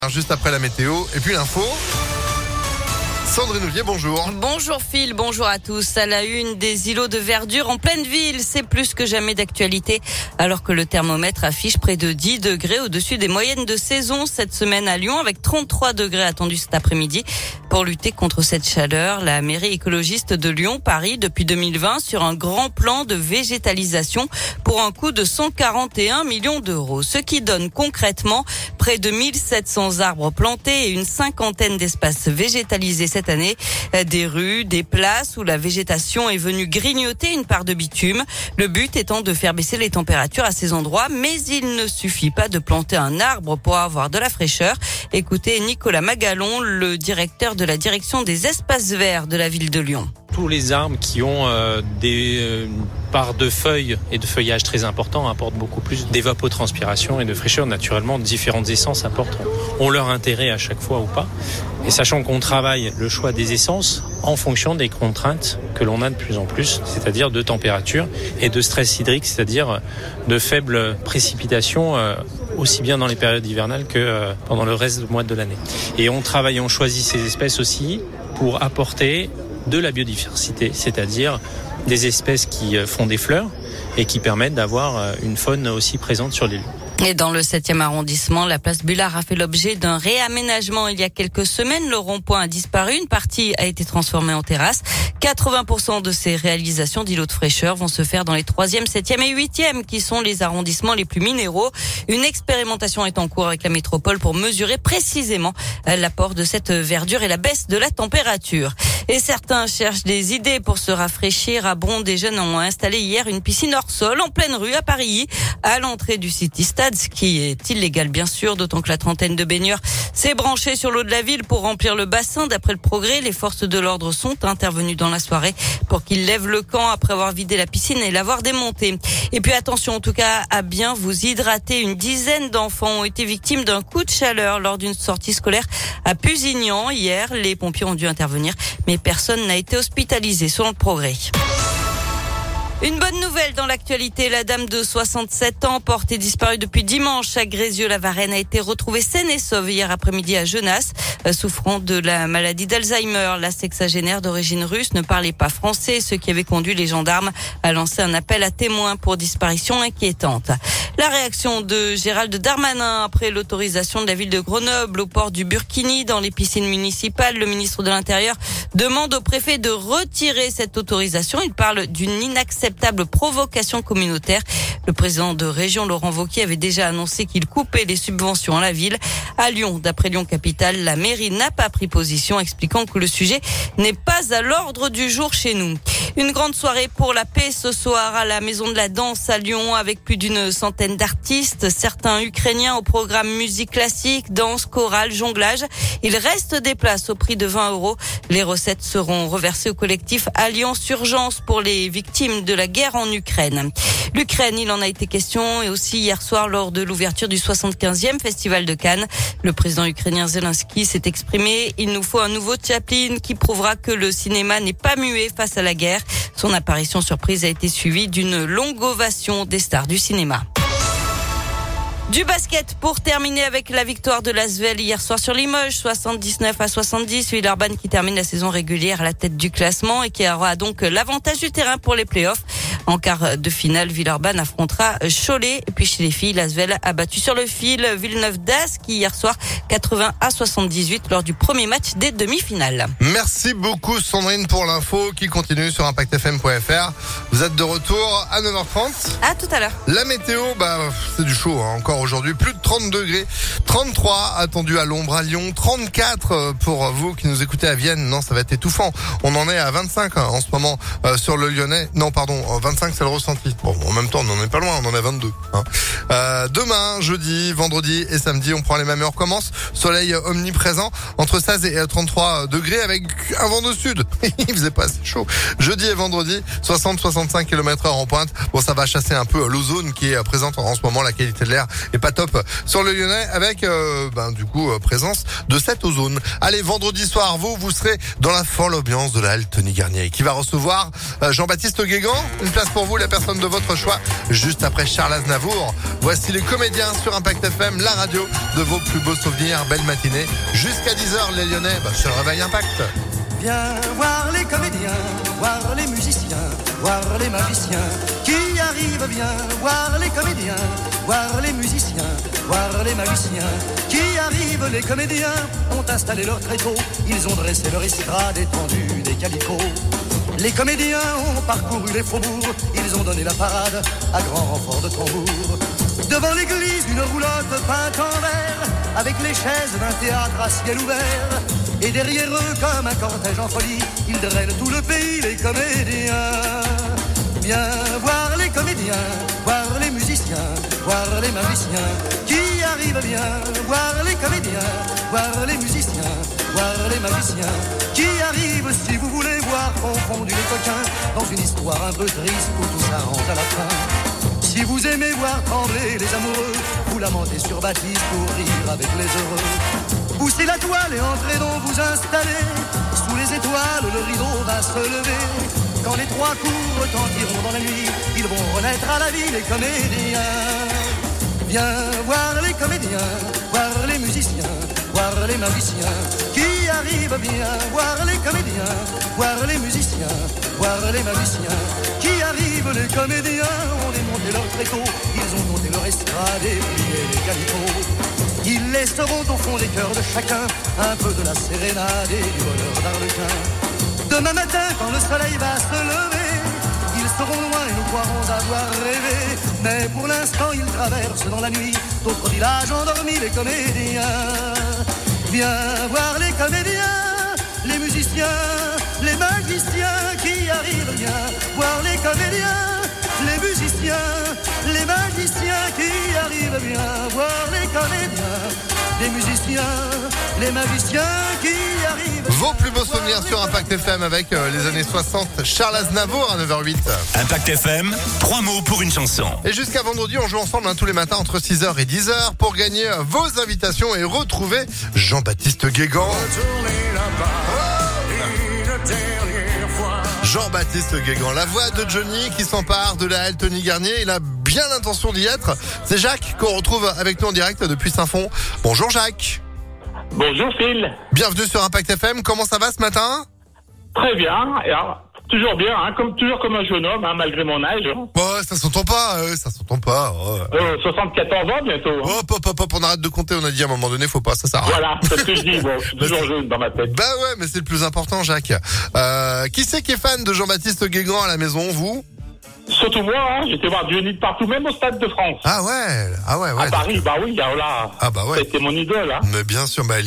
Juste après la météo et puis l'info. Sandrine Ollier, bonjour. Bonjour Phil, bonjour à tous. À la une, des îlots de verdure en pleine ville, c'est plus que jamais d'actualité. Alors que le thermomètre affiche près de 10 degrés au-dessus des moyennes de saison cette semaine à Lyon, avec 33 degrés attendus cet après-midi. Pour lutter contre cette chaleur, la mairie écologiste de Lyon parie depuis 2020 sur un grand plan de végétalisation pour un coût de 141 millions d'euros. Ce qui donne concrètement près de 1700 arbres plantés et une cinquantaine d'espaces végétalisés cette année. Des rues, des places où la végétation est venue grignoter une part de bitume. Le but étant de faire baisser les températures à ces endroits, mais il ne suffit pas de planter un arbre pour avoir de la fraîcheur. Écoutez Nicolas Magalon, le directeur de la direction des espaces verts de la ville de Lyon. Tous les arbres qui ont des parts de feuilles et de feuillage très importants apportent beaucoup plus d'évapotranspiration et de fraîcheur. Naturellement, différentes essences ont leur intérêt à chaque fois ou pas. Et sachant qu'on travaille le choix des essences en fonction des contraintes que l'on a de plus en plus, c'est-à-dire de température et de stress hydrique, c'est-à-dire de faibles précipitations aussi bien dans les périodes hivernales que pendant le reste du mois de l'année. Et on choisit ces espèces aussi pour apporter de la biodiversité, c'est-à-dire des espèces qui font des fleurs et qui permettent d'avoir une faune aussi présente sur les lieux. Et dans le 7e arrondissement, la place Bullard a fait l'objet d'un réaménagement il y a quelques semaines. Le rond-point a disparu, une partie a été transformée en terrasse. 80% de ces réalisations d'îlots de fraîcheur vont se faire dans les 3e, 7e et 8e, qui sont les arrondissements les plus minéraux. Une expérimentation est en cours avec la métropole pour mesurer précisément l'apport de cette verdure et la baisse de la température. Et certains cherchent des idées pour se rafraîchir. À Bron, des jeunes ont installé hier une piscine hors sol en pleine rue à Paris, à l'entrée du City Stade, ce qui est illégal bien sûr, d'autant que la trentaine de baigneurs s'est branchée sur l'eau de la ville pour remplir le bassin. D'après le Progrès, les forces de l'ordre sont intervenues dans la soirée pour qu'ils lèvent le camp après avoir vidé la piscine et l'avoir démontée. Et puis attention en tout cas à bien vous hydrater. Une dizaine d'enfants ont été victimes d'un coup de chaleur lors d'une sortie scolaire à Pusignan. Hier, les pompiers ont dû intervenir, mais personne n'a été hospitalisé selon le Progrès. Une bonne nouvelle dans l'actualité, la dame de 67 ans, portée disparue depuis dimanche à Grézieux-la-Varenne, a été retrouvée saine et sauve hier après-midi à Genasse, souffrant de la maladie d'Alzheimer. La sexagénaire d'origine russe ne parlait pas français, ce qui avait conduit les gendarmes à lancer un appel à témoins pour disparition inquiétante. La réaction de Gérald Darmanin après l'autorisation de la ville de Grenoble au port du Burkini dans les piscines municipales. Le ministre de l'Intérieur demande au préfet de retirer cette autorisation. Il parle d'une inacceptable provocation communautaire. Le président de région, Laurent Wauquiez, avait déjà annoncé qu'il coupait les subventions à la ville. À Lyon, d'après Lyon Capitale, la mairie n'a pas pris position, expliquant que le sujet n'est pas à l'ordre du jour chez nous. Une grande soirée pour la paix ce soir à la Maison de la Danse à Lyon avec plus d'une centaine d'artistes, certains ukrainiens au programme musique classique, danse, chorale, jonglage. Il reste des places au prix de 20 €. Les recettes seront reversées au collectif Alliance Urgence pour les victimes de la guerre en Ukraine. L'Ukraine, il en a été question et aussi hier soir lors de l'ouverture du 75e Festival de Cannes. Le président ukrainien Zelensky s'est exprimé. Il nous faut un nouveau Chaplin qui prouvera que le cinéma n'est pas muet face à la guerre. Son apparition surprise a été suivie d'une longue ovation des stars du cinéma. Du basket pour terminer avec la victoire de l'Asvel hier soir sur Limoges, 79-70. Villeurbanne qui termine la saison régulière à la tête du classement et qui aura donc l'avantage du terrain pour les playoffs. En quart de finale, Villeurbanne affrontera Cholet. Et puis chez les filles, l'Asvel a battu sur le fil Villeneuve-d'Ascq hier soir 80-78 lors du premier match des demi-finales. Merci beaucoup Sandrine pour l'info qui continue sur ImpactFM.fr. Vous êtes de retour à 9h30. À tout à l'heure. La météo, c'est du chaud encore aujourd'hui. Plus de 30 degrés, 33 attendus à l'ombre à Lyon, 34 pour vous qui nous écoutez à Vienne. Non, ça va être étouffant. On en est à 25 en ce moment sur le Lyonnais. Non, pardon, 25 c'est le ressenti. Bon, en même temps, on n'en est pas loin, on en est à 22. Demain, jeudi, vendredi et samedi, on prend les mêmes heures. Commence soleil omniprésent entre 16 et 33 degrés avec un vent de sud. Il faisait pas assez chaud. Jeudi et vendredi, 60-65 km/h en pointe. Bon, ça va chasser un peu l'ozone qui est présente en ce moment. La qualité de l'air est pas top sur le Lyonnais avec présence de cette ozone. Allez, vendredi soir, vous serez dans la folle ambiance de la halle Tony Garnier qui va recevoir Jean-Baptiste Guégan. Une places pour vous, la personne de votre choix, juste après Charles Aznavour. Voici les comédiens sur Impact FM, la radio de vos plus beaux souvenirs. Belle matinée. Jusqu'à 10h, les Lyonnais, c'est le réveil Impact. Viens voir les comédiens, voir les musiciens, voir les magiciens qui arrivent. Viens voir les comédiens, voir les musiciens, voir les magiciens qui arrivent. Les comédiens ont installé leur tréteau, ils ont dressé leur estrade étendue des calicots. Les comédiens ont parcouru les faubourgs, ils ont donné la parade à grand renfort de tambour. Devant l'église, une roulotte peinte en vert, avec les chaises d'un théâtre à ciel ouvert. Et derrière eux, comme un cortège en folie, ils drainent tout le pays, les comédiens. Viens voir les comédiens, voir les musiciens, voir les magiciens qui arrivent. Viens voir les comédiens, voir les musiciens, voir les magiciens qui arrivent. Si vous voulez voir confondus les coquins dans une histoire un peu triste où tout s'arrange à la fin. Si vous aimez voir trembler les amoureux, vous lamentez sur Baptiste pour rire avec les heureux. Poussez la toile et entrez donc vous installer. Sous les étoiles, le rideau va se lever. Quand les trois coups retentiront dans la nuit, ils vont renaître à la vie, les comédiens. Viens voir les comédiens, voir les musiciens, voir les magiciens qui arrivent. Viens voir les comédiens, voir les musiciens, voir les magiciens qui arrivent. Les comédiens ont démonté leur tréteau, ils ont monté leur estrade et plié les calicots. Ils laisseront au fond des cœurs de chacun un peu de la sérénade et du bonheur d'Arlequin. Demain matin, quand le soleil va se lever, ils seront loin et nous croirons avoir rêvé. Mais pour l'instant, ils traversent dans la nuit d'autres villages endormis, les comédiens. Viens voir les comédiens, les musiciens, les magiciens qui arrivent. Viens voir les comédiens, les musiciens, les magiciens qui arrivent. Viens voir les comédiens, les musiciens, les magiciens qui arrivent. Vos plus beaux souvenirs sur Impact FM avec les années 60, Charles Aznavour à 9h08. Impact FM, 3 mots pour une chanson. Et jusqu'à vendredi, on joue ensemble tous les matins entre 6h et 10h pour gagner vos invitations et retrouver Jean-Baptiste Guégan. Jean-Baptiste Guégan, la voix de Johnny qui s'empare de la halle Tony Garnier. Il a bien l'intention d'y être. C'est Jacques qu'on retrouve avec nous en direct depuis Saint-Fond. Bonjour Jacques. Bonjour Phil. Bienvenue sur Impact FM. Comment ça va ce matin? Très bien. Et alors, toujours bien, toujours comme un jeune homme, malgré mon âge. Ouais, ça s'entend pas, ça s'entend pas. 74 ans bientôt. Hop, on arrête de compter. On a dit à un moment donné, faut pas, ça sert à rien. Voilà, c'est ce que je dis. Bon, je suis toujours jeune dans ma tête. Bah ouais, mais c'est le plus important, Jacques. Qui c'est qui est fan de Jean-Baptiste Guégan à la maison, vous? Surtout moi, j'étais voir Johnny de partout, même au Stade de France. Ah ouais. À Paris, bah oui, là. Ah bah ouais. C'était mon idole, Mais bien sûr,